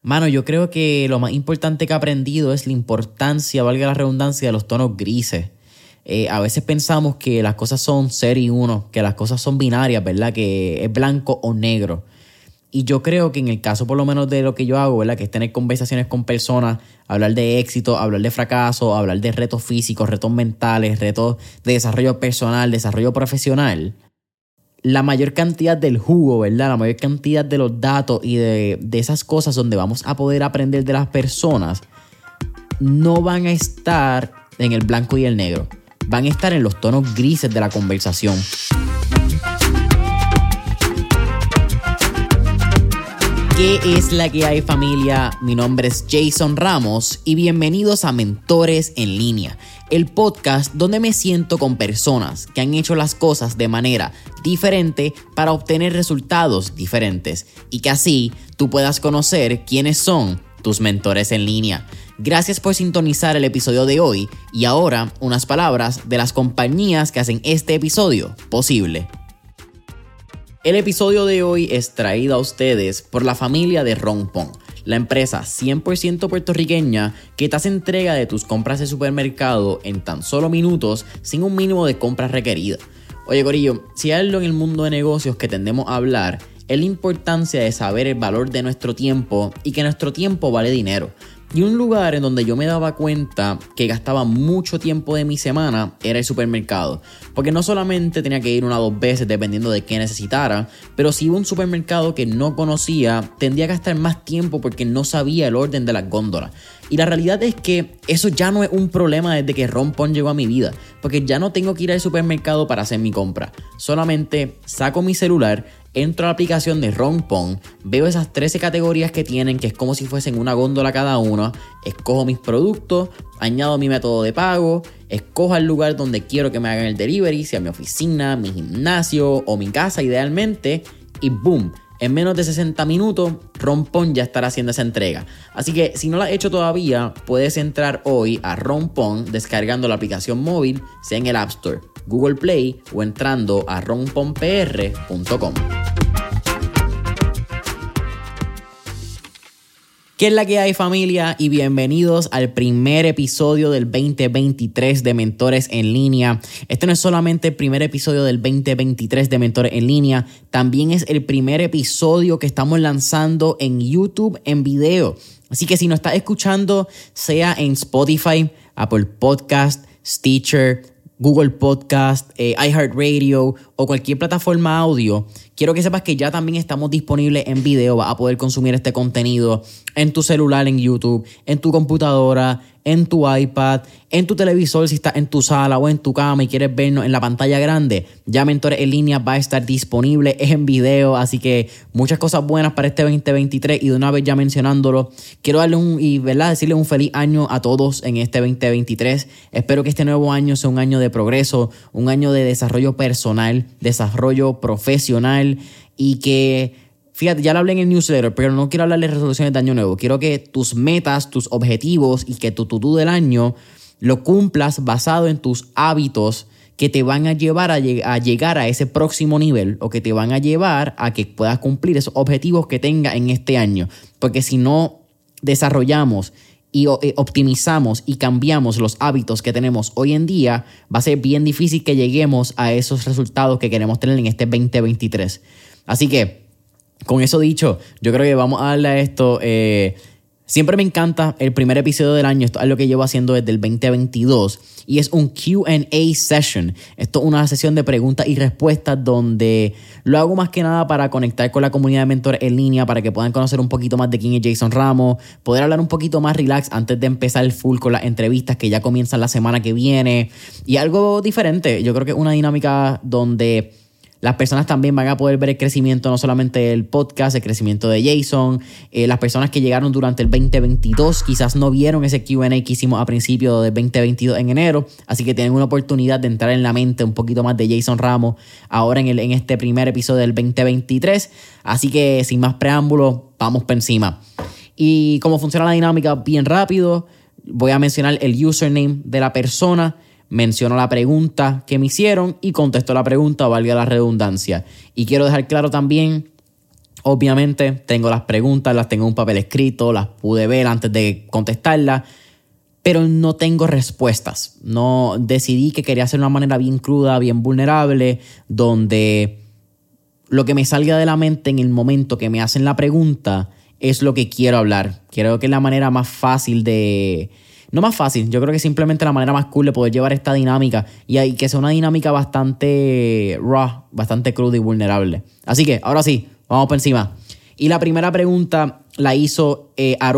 Mano, yo creo que lo más importante que he aprendido es la importancia, valga la redundancia, de los tonos grises. A veces pensamos que las cosas son 0 y 1, que las cosas son binarias, ¿verdad? Que es blanco o negro. Y yo creo que en el caso por lo menos de lo que yo hago, ¿verdad? Que es tener conversaciones con personas, hablar de éxito, hablar de fracaso, hablar de retos físicos, retos mentales, retos de desarrollo personal, desarrollo profesional. La mayor cantidad del jugo, ¿verdad? La mayor cantidad de los datos y de esas cosas donde vamos a poder aprender de las personas no van a estar en el blanco y el negro. Van a estar en los tonos grises de la conversación. ¿Qué es la que hay, familia? Mi nombre es Jason Ramos y bienvenidos a Mentores en Línea, el podcast donde me siento con personas que han hecho las cosas de manera diferente para obtener resultados diferentes y que así tú puedas conocer quiénes son tus mentores en línea. Gracias por sintonizar el episodio de hoy y ahora unas palabras de las compañías que hacen este episodio posible. El episodio de hoy es traído a ustedes por la familia de Rompón, la empresa 100% puertorriqueña que te hace entrega de tus compras de supermercado en tan solo minutos sin un mínimo de compras requeridas. Oye, corillo, si hay algo en el mundo de negocios que tendemos a hablar es la importancia de saber el valor de nuestro tiempo y que nuestro tiempo vale dinero. Y un lugar en donde yo me daba cuenta que gastaba mucho tiempo de mi semana era el supermercado. Porque no solamente tenía que ir 1 o 2 veces dependiendo de qué necesitara, pero si iba a un supermercado que no conocía, tendría que gastar más tiempo porque no sabía el orden de las góndolas. Y la realidad es que eso ya no es un problema desde que Rompón llegó a mi vida, porque ya no tengo que ir al supermercado para hacer mi compra. Solamente saco mi celular, entro a la aplicación de Rompón, veo esas 13 categorías que tienen, que es como si fuesen una góndola cada una, escojo mis productos, añado mi método de pago, escojo el lugar donde quiero que me hagan el delivery, sea mi oficina, mi gimnasio o mi casa idealmente, y boom. En menos de 60 minutos, Rompón ya estará haciendo esa entrega. Así que si no la has hecho todavía, puedes entrar hoy a Rompón descargando la aplicación móvil, sea en el App Store, Google Play o entrando a romponpr.com. ¿Qué es la que hay, familia? Y bienvenidos al primer episodio del 2023 de Mentores en Línea. Este no es solamente el primer episodio del 2023 de Mentores en Línea, también es el primer episodio que estamos lanzando en YouTube en video. Así que si nos estás escuchando, sea en Spotify, Apple Podcast, Stitcher, Google Podcast, iHeartRadio o cualquier plataforma audio, quiero que sepas que ya también estamos disponibles en video. Vas a poder consumir este contenido en tu celular en YouTube, en tu computadora, en tu iPad, en tu televisor si estás en tu sala o en tu cama y quieres vernos en la pantalla grande. Ya Mentores en Línea va a estar disponible en video, así que muchas cosas buenas para este 2023 y de una vez ya mencionándolo, quiero darle decirle un feliz año a todos en este 2023. Espero que este nuevo año sea un año de progreso, un año de desarrollo personal, desarrollo profesional y que... Fíjate, ya lo hablé en el newsletter, pero no quiero hablar de resoluciones de año nuevo. Quiero que tus metas, tus objetivos y que tu to-do del año lo cumplas basado en tus hábitos que te van a llevar a llegar a ese próximo nivel o que te van a llevar a que puedas cumplir esos objetivos que tengas en este año. Porque si no desarrollamos y optimizamos y cambiamos los hábitos que tenemos hoy en día, va a ser bien difícil que lleguemos a esos resultados que queremos tener en este 2023. Así que, con eso dicho, yo creo que vamos a darle a esto. Siempre me encanta el primer episodio del año. Esto es lo que llevo haciendo desde el 2022 y es un Q&A session. Esto es una sesión de preguntas y respuestas donde lo hago más que nada para conectar con la comunidad de mentores en línea, para que puedan conocer un poquito más de quién es Jason Ramos, poder hablar un poquito más relax antes de empezar el full con las entrevistas que ya comienzan la semana que viene. Y algo diferente, yo creo que es una dinámica donde las personas también van a poder ver el crecimiento, no solamente del podcast, el crecimiento de Jason. Las personas que llegaron durante el 2022 quizás no vieron ese Q&A que hicimos a principio del 2022 en enero. Así que tienen una oportunidad de entrar en la mente un poquito más de Jason Ramos ahora en este primer episodio del 2023. Así que sin más preámbulos, vamos por encima. Y cómo funciona la dinámica, bien rápido. Voy a mencionar el username de la persona. Menciono la pregunta que me hicieron y contesto la pregunta, valga la redundancia. Y quiero dejar claro también Obviamente tengo las preguntas, las tengo en un papel escrito, las pude ver antes de contestarlas, pero no tengo respuestas. No decidí que quería hacer una manera bien cruda, bien vulnerable, donde lo que me salga de la mente en el momento que me hacen la pregunta es lo que quiero hablar. Creo que es la manera más fácil de... No más fácil, yo creo que simplemente la manera más cool de poder llevar esta dinámica y que sea una dinámica bastante raw, bastante cruda y vulnerable. Así que, ahora sí, vamos por encima. Y la primera pregunta la hizo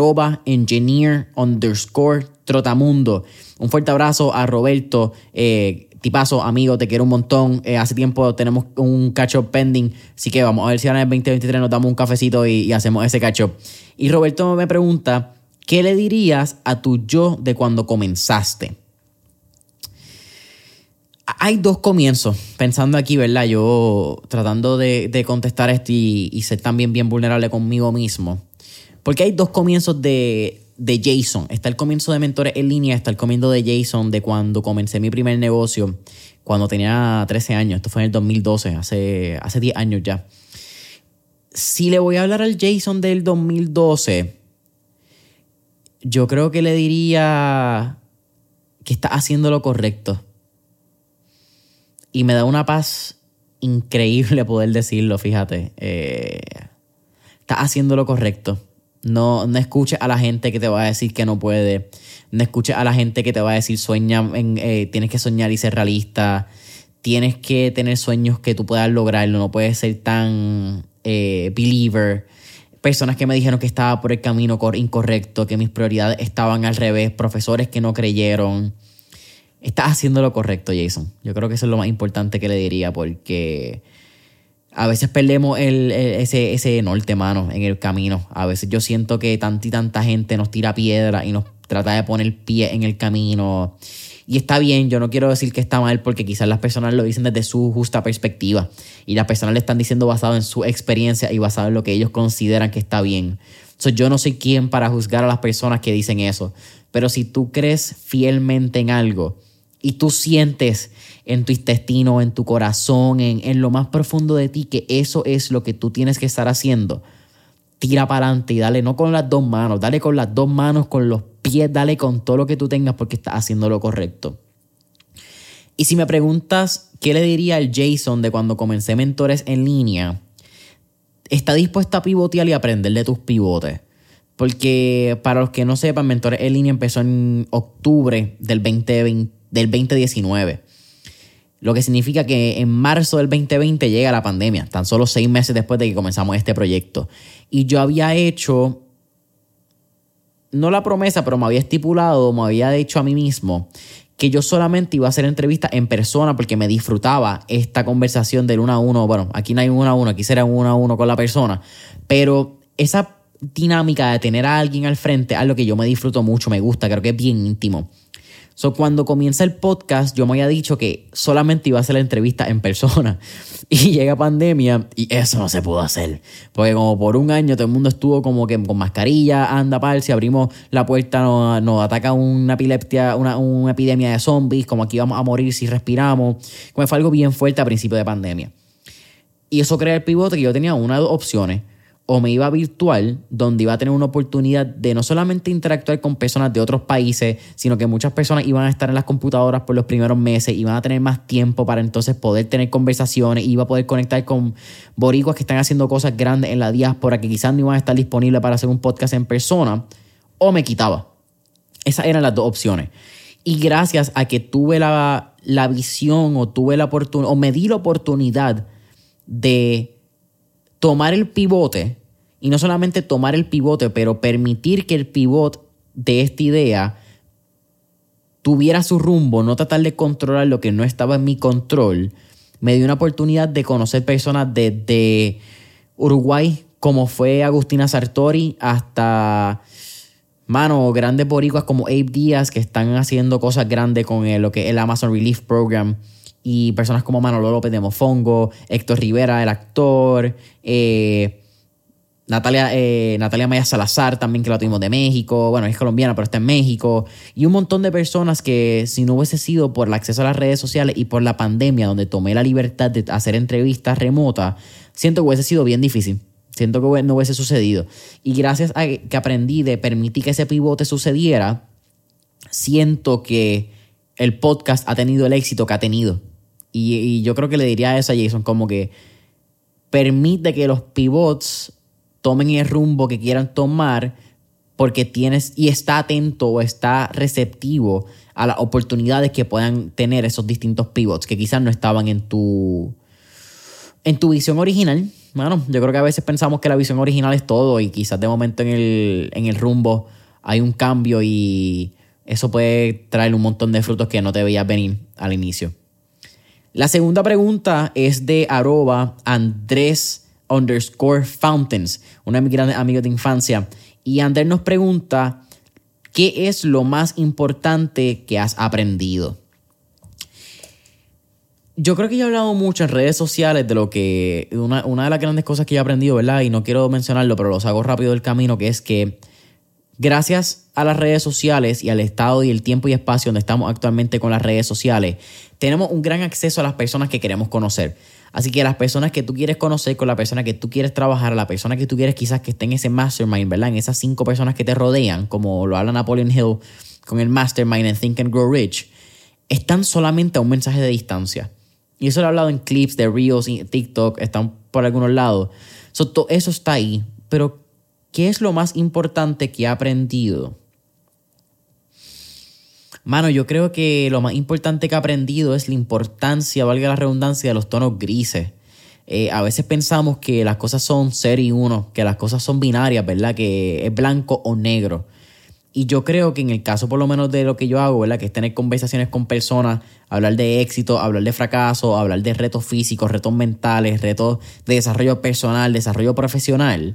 @engineer_trotamundo. Un fuerte abrazo a Roberto, tipazo, amigo, te quiero un montón. Hace tiempo tenemos un catch-up pending, así que vamos a ver si ahora en el 2023 nos damos un cafecito y hacemos ese catch-up. Y Roberto me pregunta, ¿qué le dirías a tu yo de cuando comenzaste? Hay dos comienzos, pensando aquí, ¿verdad? Yo tratando de contestar esto y ser también bien vulnerable conmigo mismo. Porque hay dos comienzos de Jason. Está el comienzo de Mentores en Línea, está el comienzo de Jason de cuando comencé mi primer negocio, cuando tenía 13 años. Esto fue en el 2012, hace 10 años ya. Si le voy a hablar al Jason del 2012, yo creo que le diría que está haciendo lo correcto. Y me da una paz increíble poder decirlo, fíjate. Está haciendo lo correcto. No escuches a la gente que te va a decir que no puede. No escuches a la gente que te va a decir tienes que soñar y ser realista. Tienes que tener sueños que tú puedas lograrlo. No puedes ser tan believer. Personas que me dijeron que estaba por el camino incorrecto, que mis prioridades estaban al revés. Profesores que no creyeron. Estás haciendo lo correcto, Jason. Yo creo que eso es lo más importante que le diría, porque a veces perdemos ese norte, mano, en el camino. A veces yo siento que tanta gente nos tira piedra y nos trata de poner pie en el camino. Y está bien, yo no quiero decir que está mal, porque quizás las personas lo dicen desde su justa perspectiva. Y las personas le están diciendo basado en su experiencia y basado en lo que ellos consideran que está bien. Yo no soy quien para juzgar a las personas que dicen eso. Pero si tú crees fielmente en algo y tú sientes en tu intestino, en tu corazón, en lo más profundo de ti que eso es lo que tú tienes que estar haciendo, tira para adelante y dale, no con las dos manos, dale con las dos manos, con los pies, dale con todo lo que tú tengas, porque estás haciendo lo correcto. Y si me preguntas qué le diría al Jason de cuando comencé Mentores en Línea, está dispuesto a pivotear y aprender de tus pivotes. Porque para los que no sepan, Mentores en Línea empezó en octubre del 2019. Lo que significa que en marzo del 2020 llega la pandemia, tan solo 6 meses después de que comenzamos este proyecto. Y yo había hecho, no la promesa, pero me había estipulado, me había dicho a mí mismo que yo solamente iba a hacer entrevistas en persona porque me disfrutaba esta conversación del 1 a 1. Bueno, aquí no hay 1 a 1, aquí será 1 a 1 con la persona. Pero esa dinámica de tener a alguien al frente es algo que yo me disfruto mucho, me gusta, creo que es bien íntimo. Cuando comienza el podcast, yo me había dicho que solamente iba a hacer la entrevista en persona. Y llega pandemia y eso no se pudo hacer. Porque como por un año todo el mundo estuvo como que con mascarilla, anda par, si abrimos la puerta nos ataca una epilepsia, una epidemia de zombies, como aquí vamos a morir si respiramos. Como fue algo bien fuerte a principio de pandemia. Y eso crea el pivote que yo tenía una de dos opciones. O me iba virtual, donde iba a tener una oportunidad de no solamente interactuar con personas de otros países, sino que muchas personas iban a estar en las computadoras por los primeros meses, iban a tener más tiempo para entonces poder tener conversaciones, iba a poder conectar con boricuas que están haciendo cosas grandes en la diáspora que quizás no iban a estar disponibles para hacer un podcast en persona, o me quitaba. Esas eran las dos opciones. Y gracias a que tuve la visión o tuve la oportunidad, o me di la oportunidad de tomar el pivote, y no solamente tomar el pivote, pero permitir que el pivote de esta idea tuviera su rumbo, no tratar de controlar lo que no estaba en mi control, me dio una oportunidad de conocer personas desde Uruguay, como fue Agustina Sartori, hasta grandes boricuas como Abe Díaz, que están haciendo cosas grandes con lo que es el Amazon Relief Program, y personas como Manolo López de Mofongo, Héctor Rivera, el actor, Natalia Maya Salazar también, que la tuvimos de México, bueno, es colombiana pero está en México, y un montón de personas que si no hubiese sido por el acceso a las redes sociales y por la pandemia, donde tomé la libertad de hacer entrevistas remotas, siento que hubiese sido bien difícil. Siento que no hubiese sucedido. Y gracias a que aprendí de permitir que ese pivote sucediera, siento que el podcast ha tenido el éxito que ha tenido. Y yo creo que le diría eso a Jason, como que permite que los pivots tomen el rumbo que quieran tomar porque tienes y está atento o está receptivo a las oportunidades que puedan tener esos distintos pivots que quizás no estaban en tu visión original. Bueno, yo creo que a veces pensamos que la visión original es todo y quizás de momento en el rumbo hay un cambio y eso puede traer un montón de frutos que no te veías venir al inicio. La segunda pregunta es de @Andrés_Fountains, uno de mis grandes amigos de infancia. Y Andrés nos pregunta, ¿qué es lo más importante que has aprendido? Yo creo que yo he hablado mucho en redes sociales de lo que... Una de las grandes cosas que yo he aprendido, ¿verdad? Y no quiero mencionarlo, pero los hago rápido del camino, que es que gracias a las redes sociales y al estado y el tiempo y espacio donde estamos actualmente con las redes sociales, tenemos un gran acceso a las personas que queremos conocer. Así que las personas que tú quieres conocer, con la persona que tú quieres trabajar, la persona que tú quieres quizás que esté en ese mastermind, ¿verdad? En esas 5 personas que te rodean, como lo habla Napoleon Hill con el mastermind en Think and Grow Rich, están solamente a un mensaje de distancia. Y eso lo he hablado en clips de Reels y TikTok, están por algunos lados. Eso está ahí. Pero, ¿qué es lo más importante que he aprendido? Mano, yo creo que lo más importante que he aprendido es la importancia, valga la redundancia, de los tonos grises. A veces pensamos que las cosas son 0 y 1, que las cosas son binarias, ¿verdad? Que es blanco o negro. Y yo creo que en el caso por lo menos de lo que yo hago, ¿verdad? Que es tener conversaciones con personas, hablar de éxito, hablar de fracaso, hablar de retos físicos, retos mentales, retos de desarrollo personal, desarrollo profesional.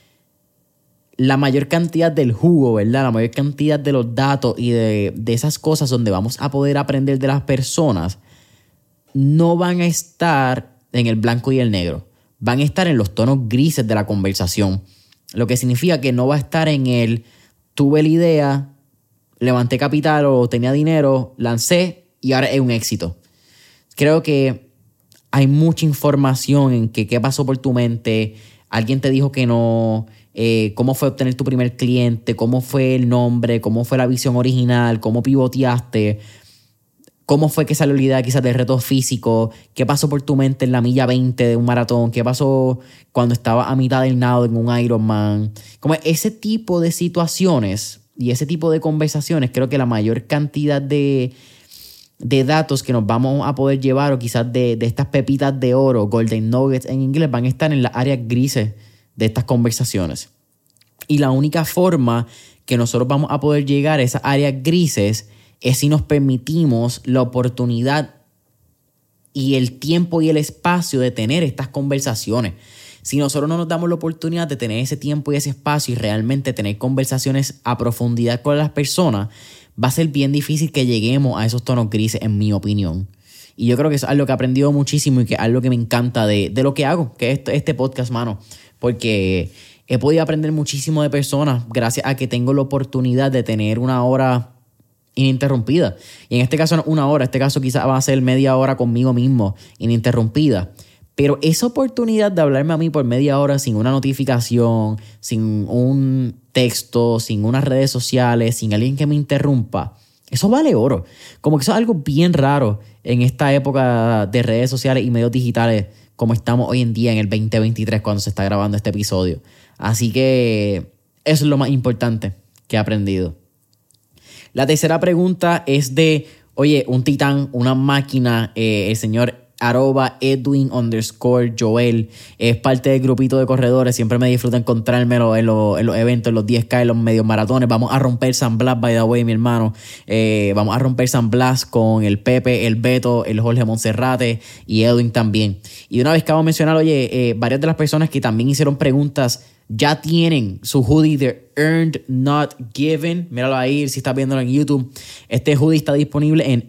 La mayor cantidad del jugo, ¿verdad? La mayor cantidad de los datos y de esas cosas donde vamos a poder aprender de las personas no van a estar en el blanco y el negro. Van a estar en los tonos grises de la conversación. Lo que significa que no va a estar en el tuve la idea, levanté capital o tenía dinero, lancé y ahora es un éxito. Creo que hay mucha información en qué pasó por tu mente, alguien te dijo que no, cómo fue obtener tu primer cliente, cómo fue el nombre, cómo fue la visión original, cómo pivoteaste, cómo fue que salió la idea quizás de retos físicos, qué pasó por tu mente en la milla 20 de un maratón, qué pasó cuando estaba a mitad del nado en un Ironman. Como ese tipo de situaciones y ese tipo de conversaciones, creo que la mayor cantidad de datos que nos vamos a poder llevar o quizás de estas pepitas de oro, golden nuggets en inglés, van a estar en las áreas grises de estas conversaciones. Y la única forma que nosotros vamos a poder llegar a esas áreas grises es si nos permitimos la oportunidad y el tiempo y el espacio de tener estas conversaciones. Si nosotros no nos damos la oportunidad de tener ese tiempo y ese espacio y realmente tener conversaciones a profundidad con las personas, va a ser bien difícil que lleguemos a esos tonos grises, en mi opinión. Y yo creo que eso es algo que he aprendido muchísimo y que es algo que me encanta de lo que hago, que es este podcast, mano. Porque he podido aprender muchísimo de personas gracias a que tengo la oportunidad de tener una hora ininterrumpida. Y en este caso no 1 hora, en este caso quizás va a ser media hora conmigo mismo, ininterrumpida. Pero esa oportunidad de hablarme a mí por media hora sin una notificación, sin un texto, sin unas redes sociales, sin alguien que me interrumpa, eso vale oro. Como que eso es algo bien raro en esta época de redes sociales y medios digitales como estamos hoy en día en el 2023 cuando se está grabando este episodio. Así que eso es lo más importante que he aprendido. La tercera pregunta es de, oye, un titán, una máquina, el señor @Edwin_Joel. Es parte del grupito de corredores. Siempre me disfruta encontrármelo en los eventos, en los 10K, en los medios maratones. Vamos a romper San Blas, by the way, mi hermano. Vamos a romper San Blas con el Pepe, el Beto, el Jorge Monserrate y Edwin también. Y una vez que vamos a mencionar, oye, varias de las personas que también hicieron preguntas ya tienen su hoodie de Earned Not Given. Míralo ahí si estás viéndolo en YouTube. Este hoodie está disponible en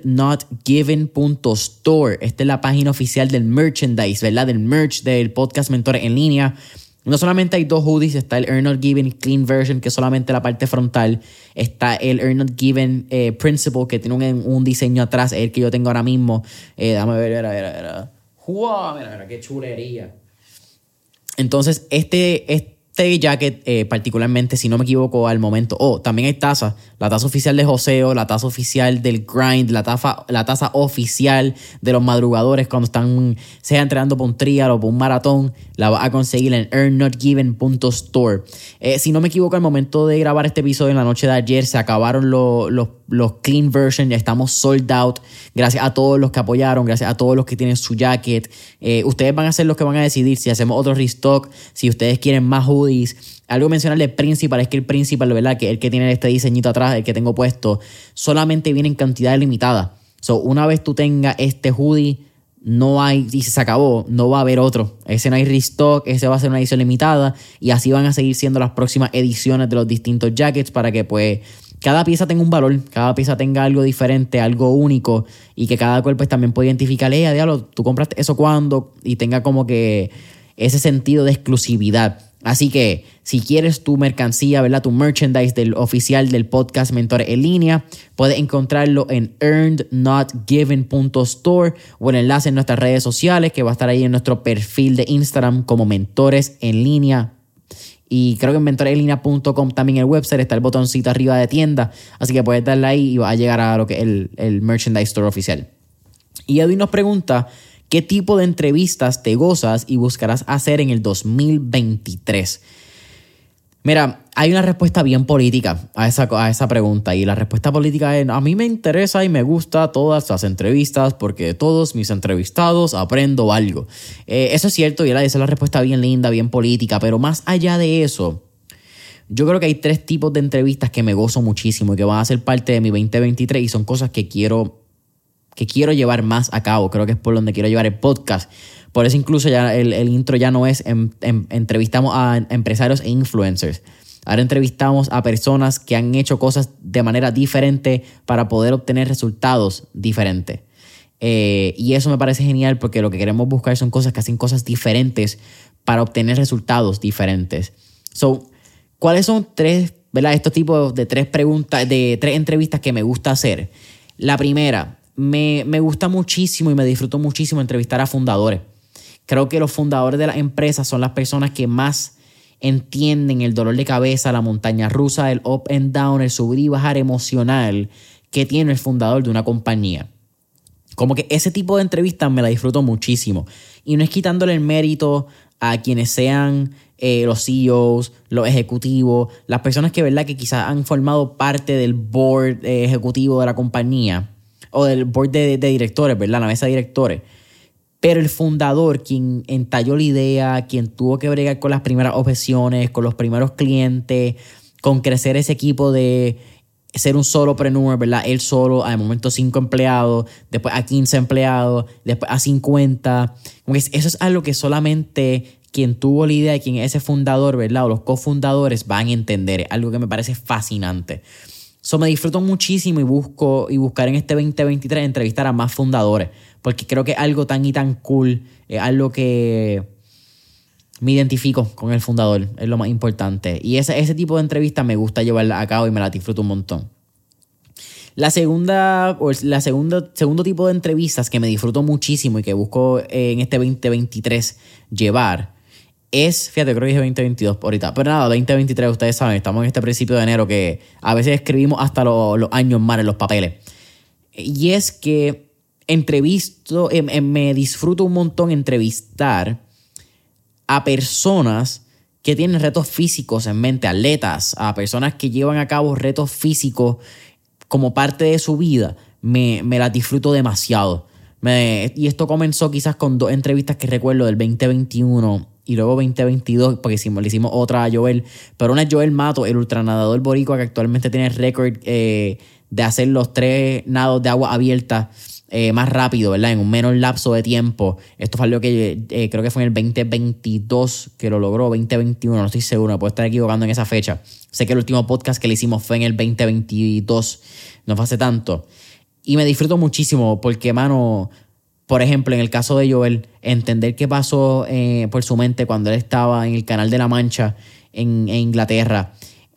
earnednotgiven.store. Esta es la página oficial del merchandise, ¿verdad? Del merch del podcast Mentores en Línea. No solamente hay 2 hoodies, está el Earned Not Given Clean Version, que es solamente la parte frontal. Está el Earned Not Given Principle, que tiene un diseño atrás, el que yo tengo ahora mismo. Déjame ver, mira. ¡Wow! Mira, qué chulería. Entonces, este jacket, particularmente, si no me equivoco, al momento. También hay tazas. La taza oficial de joseo, la taza oficial del grind, la taza oficial de los madrugadores cuando están, sea entrenando por un trial o por un maratón. La vas a conseguir en earnnotgiven.store. Si no me equivoco, al momento de grabar este episodio en la noche de ayer, se acabaron los clean version. Ya estamos sold out. Gracias a todos los que apoyaron, gracias a todos los que tienen su jacket. Ustedes van a ser los que van a decidir si hacemos otro restock, si ustedes quieren más hoodies. Algo mencionar del Principal es que el Principal, ¿verdad? Que el que tiene este diseñito atrás, el que tengo puesto, solamente viene en cantidad limitada. Una vez tú tengas este hoodie, no hay, y se acabó, no va a haber otro. Ese no hay restock, ese va a ser una edición limitada y así van a seguir siendo las próximas ediciones de los distintos jackets para que pues cada pieza tenga un valor, cada pieza tenga algo diferente, algo único y que cada cual pues también pueda identificar, diablo, tú compraste eso cuando y tenga como que ese sentido de exclusividad. Así que si quieres tu mercancía, ¿verdad? Tu merchandise del oficial del podcast Mentores en Línea, puedes encontrarlo en earnnotgiven.store o el enlace en nuestras redes sociales que va a estar ahí en nuestro perfil de Instagram como Mentores en Línea. Y creo que en mentoresenlinea.com también el website está el botoncito arriba de tienda. Así que puedes darle ahí y vas a llegar a lo que es el merchandise store oficial. Y Edwin nos pregunta: ¿qué tipo de entrevistas te gozas y buscarás hacer en el 2023? Mira, hay una respuesta bien política a esa pregunta y la respuesta política es: a mí me interesa y me gusta todas las entrevistas porque de todos mis entrevistados aprendo algo. Eso es cierto y esa es la respuesta bien linda, bien política, pero más allá de eso, yo creo que hay 3 tipos de entrevistas que me gozo muchísimo y que van a ser parte de mi 2023 y son cosas que quiero llevar más a cabo. Creo que es por donde quiero llevar el podcast. Por eso incluso ya el intro ya no es entrevistamos a empresarios e influencers. Ahora entrevistamos a personas que han hecho cosas de manera diferente para poder obtener resultados diferentes. Y eso me parece genial porque lo que queremos buscar son cosas que hacen cosas diferentes para obtener resultados diferentes. ¿Cuáles son 3, ¿verdad? Estos tipos de 3 preguntas, de 3 entrevistas que me gusta hacer? La primera, me gusta muchísimo y me disfruto muchísimo entrevistar a fundadores. Creo que los fundadores de las empresas son las personas que más entienden el dolor de cabeza, la montaña rusa, el up and down, el subir y bajar emocional que tiene el fundador de una compañía. Como que ese tipo de entrevistas me la disfruto muchísimo. Y no es quitándole el mérito a quienes sean los CEOs, los ejecutivos, las personas que, ¿verdad?, que quizás han formado parte del board ejecutivo de la compañía o del board de directores, ¿verdad?, la mesa de directores. Pero el fundador, quien entalló la idea, quien tuvo que bregar con las primeras objeciones, con los primeros clientes, con crecer ese equipo de ser un solopreneur, ¿verdad? Él solo, al momento 5 empleados, después a 15 empleados, después a 50. Eso es algo que solamente quien tuvo la idea y quien es ese fundador, ¿verdad?, o los cofundadores van a entender. Es algo que me parece fascinante. Me disfruto muchísimo y buscar en este 2023 entrevistar a más fundadores, porque creo que es algo tan y tan cool, es algo que me identifico con el fundador, es lo más importante. Y ese tipo de entrevistas me gusta llevarla a cabo y me la disfruto un montón. Segundo tipo de entrevistas que me disfruto muchísimo y que busco en este 2023 llevar fíjate, creo que dije 2022 ahorita, pero nada, 2023, ustedes saben, estamos en este principio de enero que a veces escribimos hasta los años mal en los papeles. Y es que me disfruto un montón entrevistar a personas que tienen retos físicos en mente, atletas, a personas que llevan a cabo retos físicos como parte de su vida. Me las disfruto demasiado. Y esto comenzó quizás con 2 entrevistas que recuerdo del 2021 y luego 2022, porque le hicimos otra a Joel. Pero una es Joel Mato, el ultranadador boricua que actualmente tiene el récord de hacer los 3 nados de agua abierta más rápido, ¿verdad?, en un menor lapso de tiempo. Esto fue algo que creo que fue en el 2022 que lo logró, 2021, no estoy seguro, me puedo estar equivocando en esa fecha. Sé que el último podcast que le hicimos fue en el 2022, no fue hace tanto. Y me disfruto muchísimo porque, mano, por ejemplo, en el caso de Joel, entender qué pasó por su mente cuando él estaba en el Canal de la Mancha en Inglaterra,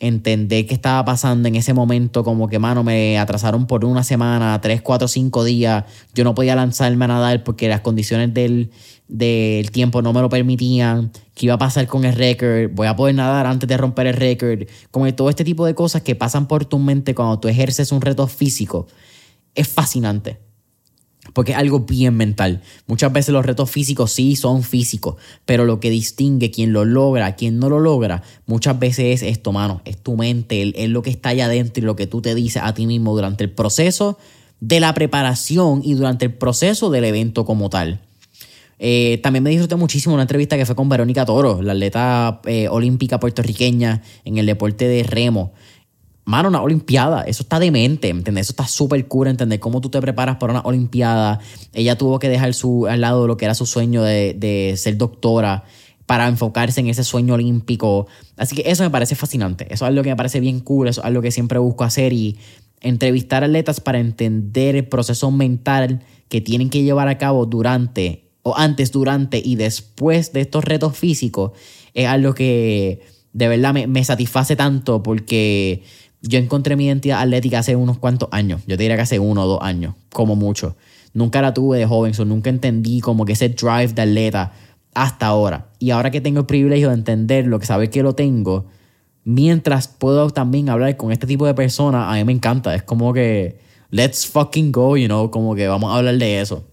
entender qué estaba pasando en ese momento, como que, mano, me atrasaron por una semana, 3, 4, 5 días, yo no podía lanzarme a nadar porque las condiciones del tiempo no me lo permitían, qué iba a pasar con el récord, voy a poder nadar antes de romper el récord, como que todo este tipo de cosas que pasan por tu mente cuando tú ejerces un reto físico, es fascinante. Porque es algo bien mental. Muchas veces los retos físicos sí son físicos, pero lo que distingue quién lo logra, quién no lo logra, muchas veces es esto, mano. Es tu mente, es lo que está allá adentro y lo que tú te dices a ti mismo durante el proceso de la preparación y durante el proceso del evento como tal. También me disfruté muchísimo una entrevista que fue con Verónica Toro, la atleta olímpica puertorriqueña en el deporte de remo. Mano, una olimpiada, eso está demente, ¿entiendes? Eso está súper cool, ¿entender? Cómo tú te preparas para una olimpiada. Ella tuvo que dejar al lado lo que era su sueño de ser doctora para enfocarse en ese sueño olímpico. Así que eso me parece fascinante. Eso es algo que me parece bien cool, eso es algo que siempre busco hacer y entrevistar atletas para entender el proceso mental que tienen que llevar a cabo antes, durante y después de estos retos físicos. Es algo que de verdad me satisface tanto porque yo encontré mi identidad atlética hace unos cuantos años. Yo te diría que hace 1 o 2 años, como mucho. Nunca la tuve de joven, nunca entendí como que ese drive de atleta hasta ahora. Y ahora que tengo el privilegio de entenderlo, que saber que lo tengo, mientras puedo también hablar con este tipo de personas, a mí me encanta. Es como que, let's fucking go, como que vamos a hablar de eso.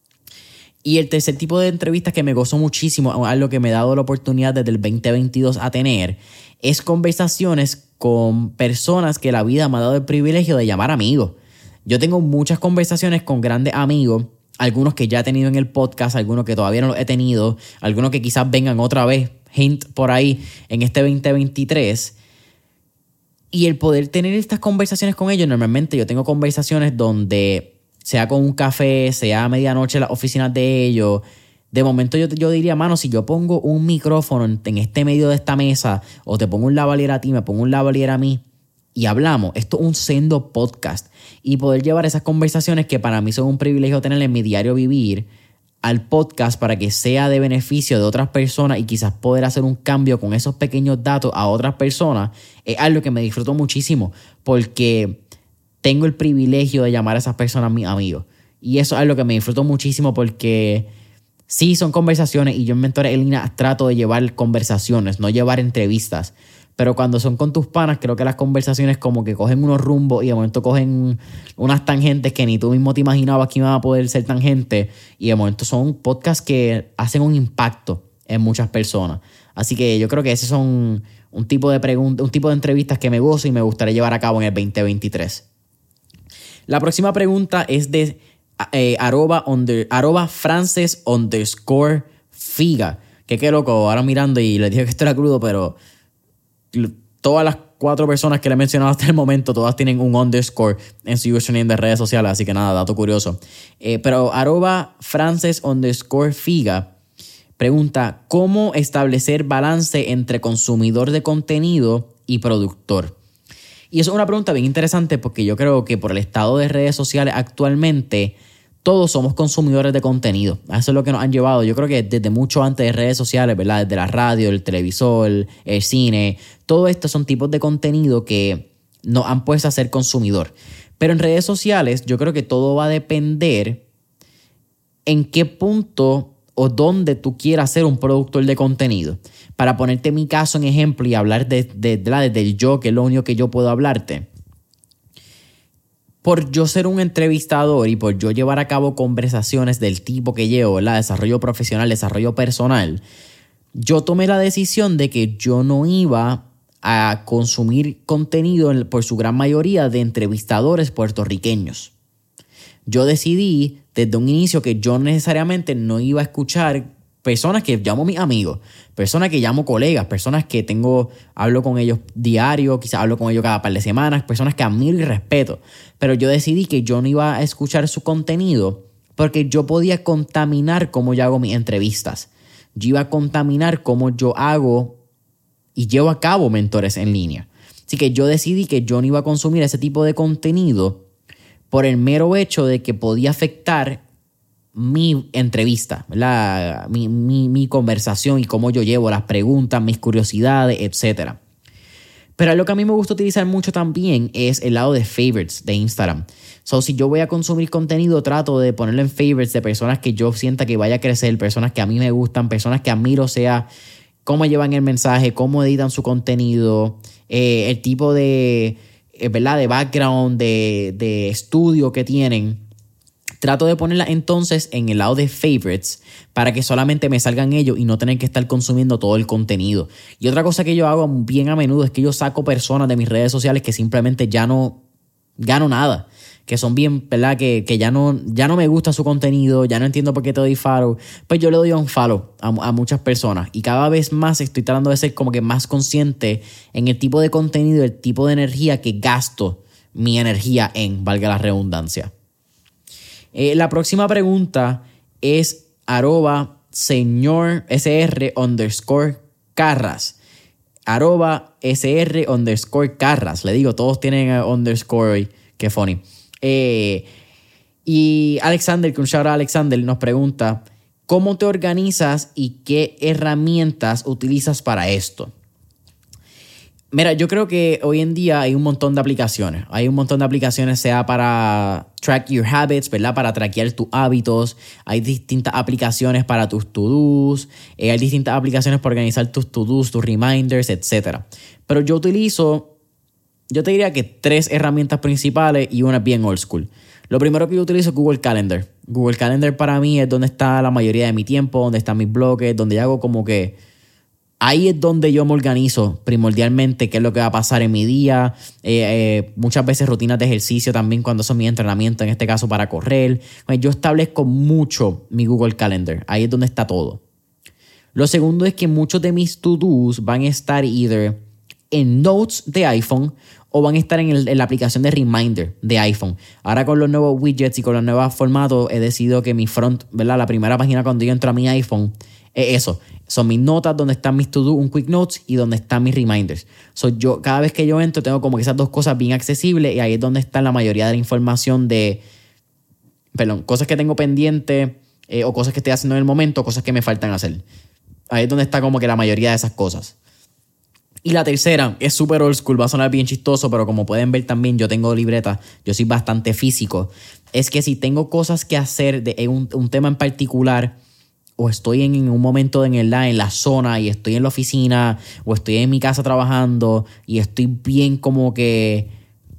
Y el tercer tipo de entrevistas que me gozo muchísimo, algo que me he dado la oportunidad desde el 2022 a tener, es conversaciones con personas que la vida me ha dado el privilegio de llamar amigos. Yo tengo muchas conversaciones con grandes amigos, algunos que ya he tenido en el podcast, algunos que todavía no los he tenido, algunos que quizás vengan otra vez, hint por ahí, en este 2023. Y el poder tener estas conversaciones con ellos, normalmente yo tengo conversaciones donde, sea con un café, sea a medianoche en las oficinas de ellos, de momento yo diría, mano, si yo pongo un micrófono en este medio de esta mesa, o te pongo un lavalier a ti, me pongo un lavalier a mí, y hablamos, esto es un sendo podcast. Y poder llevar esas conversaciones que para mí son un privilegio tener en mi diario vivir al podcast para que sea de beneficio de otras personas y quizás poder hacer un cambio con esos pequeños datos a otras personas, es algo que me disfruto muchísimo porque tengo el privilegio de llamar a esas personas mis amigos. Y eso es algo que me disfruto muchísimo porque sí son conversaciones y yo en Mentores en Línea trato de llevar conversaciones, no llevar entrevistas. Pero cuando son con tus panas, creo que las conversaciones como que cogen unos rumbos y de momento cogen unas tangentes que ni tú mismo te imaginabas que iban a poder ser tangentes. Y de momento son podcasts que hacen un impacto en muchas personas. Así que yo creo que esos son un tipo de preguntas, un tipo de entrevistas que me gozo y me gustaría llevar a cabo en el 2023. La próxima pregunta es de @Frances_Figa. Que qué loco, ahora mirando y les dije que esto era crudo, pero todas las 4 personas que le he mencionado hasta el momento, todas tienen un underscore en su username de redes sociales, así que nada, dato curioso. Pero @Frances_Figa pregunta, ¿cómo establecer balance entre consumidor de contenido y productor? Y eso es una pregunta bien interesante porque yo creo que por el estado de redes sociales actualmente todos somos consumidores de contenido. Eso es lo que nos han llevado. Yo creo que desde mucho antes de redes sociales, ¿verdad? Desde la radio, el televisor, el cine, todo esto son tipos de contenido que nos han puesto a ser consumidor. Pero en redes sociales yo creo que todo va a depender en qué punto o dónde tú quieras ser un productor de contenido. Para ponerte mi caso en ejemplo y hablar desde el yo, que es lo único que yo puedo hablarte. Por yo ser un entrevistador y por yo llevar a cabo conversaciones del tipo que llevo, ¿verdad? Desarrollo profesional, desarrollo personal, yo tomé la decisión de que yo no iba a consumir contenido por su gran mayoría de entrevistadores puertorriqueños. Yo decidí desde un inicio que yo necesariamente no iba a escuchar personas que llamo mis amigos, personas que llamo colegas, personas que hablo con ellos diario, quizás hablo con ellos cada par de semanas, personas que admiro y respeto. Pero yo decidí que yo no iba a escuchar su contenido porque yo podía contaminar cómo yo hago mis entrevistas. Yo iba a contaminar cómo yo hago y llevo a cabo mentores en línea. Así que yo decidí que yo no iba a consumir ese tipo de contenido por el mero hecho de que podía afectar mi entrevista, ¿verdad? Mi conversación y cómo yo llevo las preguntas, mis curiosidades, etc. Pero lo que a mí me gusta utilizar mucho también es el lado de favorites de Instagram. So, si yo voy a consumir contenido, trato de ponerlo en favorites de personas que yo sienta que vaya a crecer, personas que a mí me gustan, personas que admiro, sea cómo llevan el mensaje, cómo editan su contenido, el tipo de, ¿verdad?, de background, de estudio que tienen. Trato de ponerla entonces en el lado de favorites para que solamente me salgan ellos y no tener que estar consumiendo todo el contenido. Y otra cosa que yo hago bien a menudo es que yo saco personas de mis redes sociales que simplemente ya no gano nada. Que son bien, ¿verdad? Que ya no me gusta su contenido, ya no entiendo por qué te doy follow. Pues yo le doy un follow a muchas personas. Y cada vez más estoy tratando de ser como que más consciente en el tipo de contenido, el tipo de energía que gasto mi energía en, valga la redundancia. La próxima pregunta es @señor @SR_Carras. @SR_Carras. Le digo, todos tienen underscore hoy. Qué funny. Y Alexander, que un shout out a Alexander, nos pregunta: ¿cómo te organizas y qué herramientas utilizas para esto? Mira, yo creo que hoy en día hay un montón de aplicaciones. Hay un montón de aplicaciones, sea para track your habits, ¿verdad? Para traquear tus hábitos. Hay distintas aplicaciones para tus to-dos. Hay distintas aplicaciones para organizar tus to-dos, tus reminders, etc. Pero yo te diría que 3 herramientas principales y una bien old school. Lo primero que yo utilizo es Google Calendar. Google Calendar para mí es donde está la mayoría de mi tiempo, donde están mis bloques, donde yo hago como que... Ahí es donde yo me organizo primordialmente qué es lo que va a pasar en mi día. Muchas veces rutinas de ejercicio también cuando son mis entrenamientos, en este caso para correr. Yo establezco mucho mi Google Calendar. Ahí es donde está todo. Lo segundo es que muchos de mis to-dos van a estar either en Notes de iPhone o van a estar en la aplicación de Reminder de iPhone. Ahora con los nuevos widgets y con los nuevos formatos he decidido que mi front, ¿verdad?, la primera página cuando yo entro a mi iPhone es eso. Son mis notas donde están mis to-do, un quick notes, y donde están mis reminders. Yo, cada vez que yo entro tengo como que esas 2 cosas bien accesibles y ahí es donde está la mayoría de la información cosas que tengo pendiente o cosas que estoy haciendo en el momento, cosas que me faltan hacer. Ahí es donde está como que la mayoría de esas cosas. Y la tercera es súper old school, va a sonar bien chistoso, pero como pueden ver también yo tengo libreta, yo soy bastante físico. Es que si tengo cosas que hacer de un tema en particular, o estoy en un momento en la zona y estoy en la oficina, o estoy en mi casa trabajando y estoy bien como que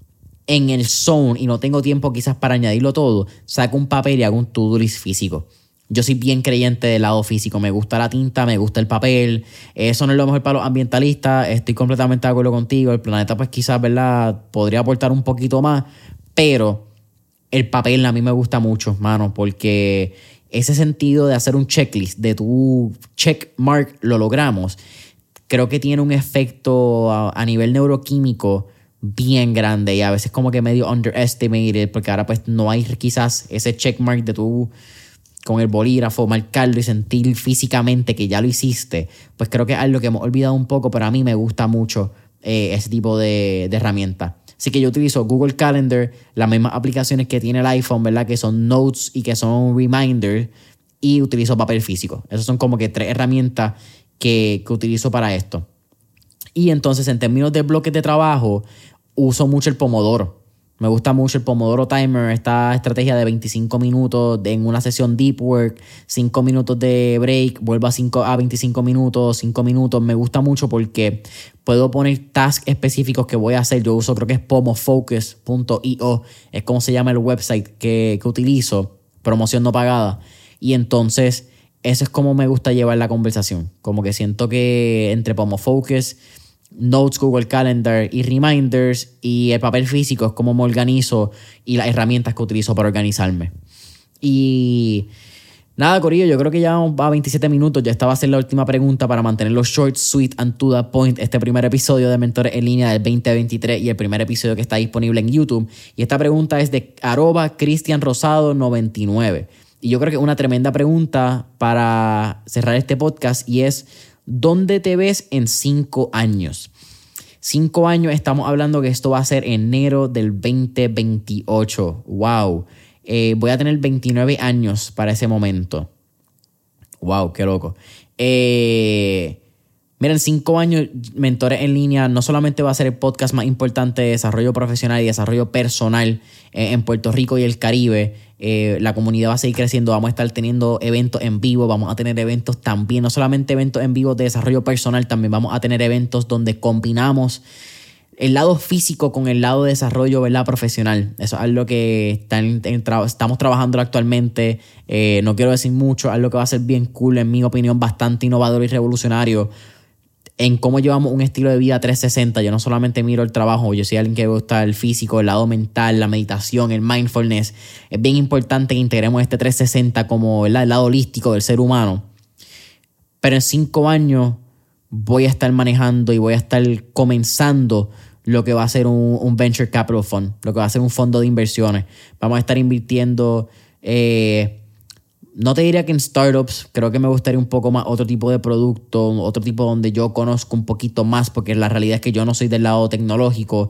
en el zone y no tengo tiempo quizás para añadirlo todo, saco un papel y hago un to-do list físico. Yo soy bien creyente del lado físico. Me gusta la tinta, me gusta el papel. Eso no es lo mejor para los ambientalistas. Estoy completamente de acuerdo contigo. El planeta, pues quizás, ¿verdad?, podría aportar un poquito más. Pero el papel a mí me gusta mucho, mano, porque ese sentido de hacer un checklist, de tu check mark, lo logramos, creo que tiene un efecto a nivel neuroquímico bien grande y a veces como que medio underestimated, porque ahora pues no hay quizás ese check mark de tu... con el bolígrafo, marcarlo y sentir físicamente que ya lo hiciste, pues creo que es algo que hemos olvidado un poco, pero a mí me gusta mucho ese tipo de herramienta. Así que yo utilizo Google Calendar, las mismas aplicaciones que tiene el iPhone, ¿verdad?, que son Notes y que son Reminders, y utilizo papel físico. Esas son como que 3 herramientas que utilizo para esto. Y entonces, en términos de bloques de trabajo, uso mucho el Pomodoro. Me gusta mucho el Pomodoro Timer, esta estrategia de 25 minutos en una sesión deep work, 5 minutos de break, vuelvo a 25 minutos, 5 minutos. Me gusta mucho porque puedo poner tasks específicos que voy a hacer. Yo uso, creo que es pomofocus.io, es como se llama el website que utilizo, promoción no pagada. Y entonces, eso es como me gusta llevar la conversación. Como que siento que entre Pomofocus, Notes, Google Calendar y Reminders y el papel físico es como me organizo y las herramientas que utilizo para organizarme. Y nada, corillo, yo creo que ya vamos a 27 minutos. Ya esta va a ser la última pregunta para mantenerlo short, sweet and to the point. Este primer episodio de Mentores en Línea del 2023 y el primer episodio que está disponible en YouTube. Y esta pregunta es de @CristianRosado99. Y yo creo que es una tremenda pregunta para cerrar este podcast y es: ¿dónde te ves en 5 años? 5 años, estamos hablando que esto va a ser enero del 2028. ¡Wow! Voy a tener 29 años para ese momento. ¡Wow! ¡Qué loco! Mira, en 5 años, Mentores en Línea no solamente va a ser el podcast más importante de desarrollo profesional y desarrollo personal en Puerto Rico y el Caribe. La comunidad va a seguir creciendo, vamos a estar teniendo eventos en vivo, vamos a tener eventos también, no solamente eventos en vivo de desarrollo personal, también vamos a tener eventos donde combinamos el lado físico con el lado de desarrollo, ¿verdad?, profesional. Eso es algo que estamos trabajando actualmente. No quiero decir mucho, algo que va a ser bien cool, en mi opinión, bastante innovador y revolucionario en cómo llevamos un estilo de vida 360. Yo no solamente miro el trabajo, yo soy alguien que me gusta el físico, el lado mental, la meditación, el mindfulness. Es bien importante que integremos este 360 como, ¿verdad?, el lado holístico del ser humano. Pero en 5 años voy a estar manejando y voy a estar comenzando lo que va a ser un Venture Capital Fund, lo que va a ser un fondo de inversiones. Vamos a estar invirtiendo... no te diría que en startups, creo que me gustaría un poco más otro tipo de producto, otro tipo donde yo conozco un poquito más, porque la realidad es que yo no soy del lado tecnológico.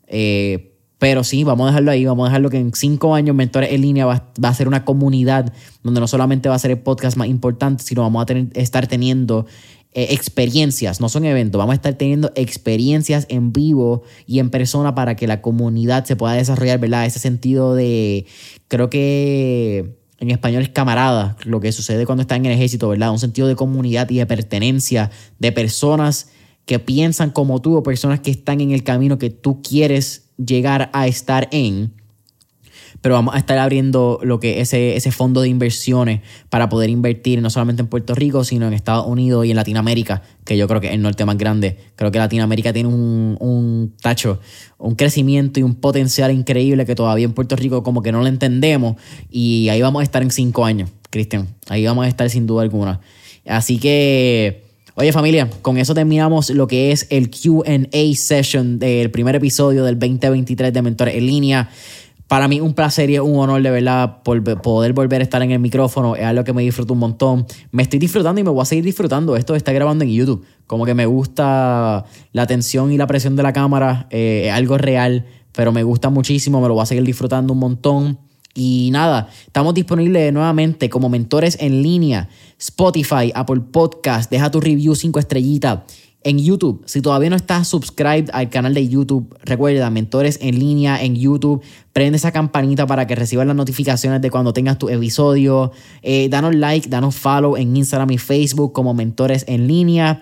Pero sí, vamos a dejarlo ahí, vamos a dejarlo que en 5 años Mentores en Línea va a ser una comunidad donde no solamente va a ser el podcast más importante, sino vamos a estar teniendo experiencias, no son eventos, vamos a estar teniendo experiencias en vivo y en persona para que la comunidad se pueda desarrollar, ¿verdad? Ese sentido de, creo que en español es camarada, lo que sucede cuando estás en el ejército, ¿verdad? Un sentido de comunidad y de pertenencia, de personas que piensan como tú o personas que están en el camino que tú quieres llegar a estar en. Pero vamos a estar abriendo lo que es ese fondo de inversiones para poder invertir no solamente en Puerto Rico, sino en Estados Unidos y en Latinoamérica, que yo creo que es el norte más grande. Creo que Latinoamérica tiene un crecimiento y un potencial increíble que todavía en Puerto Rico como que no lo entendemos, y ahí vamos a estar en 5 años, Cristian. Ahí vamos a estar sin duda alguna. Así que... Oye, familia, con eso terminamos lo que es el Q&A session del primer episodio del 2023 de Mentores en Línea. Para mí un placer y un honor, de verdad, poder volver a estar en el micrófono. Es algo que me disfruto un montón. Me estoy disfrutando y me voy a seguir disfrutando. Esto está grabando en YouTube. Como que me gusta la atención y la presión de la cámara. Es algo real, pero me gusta muchísimo. Me lo voy a seguir disfrutando un montón. Y nada, estamos disponibles nuevamente como Mentores en Línea, Spotify, Apple Podcast. Deja tu review 5 estrellitas. En YouTube, si todavía no estás subscribed al canal de YouTube, recuerda, Mentores en Línea en YouTube. Prende esa campanita para que recibas las notificaciones de cuando tengas tu episodio. Danos like, danos follow en Instagram y Facebook como Mentores en Línea.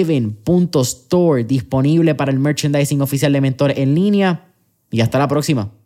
EarnedNotGiven.store, disponible para el merchandising oficial de Mentores en Línea. Y hasta la próxima.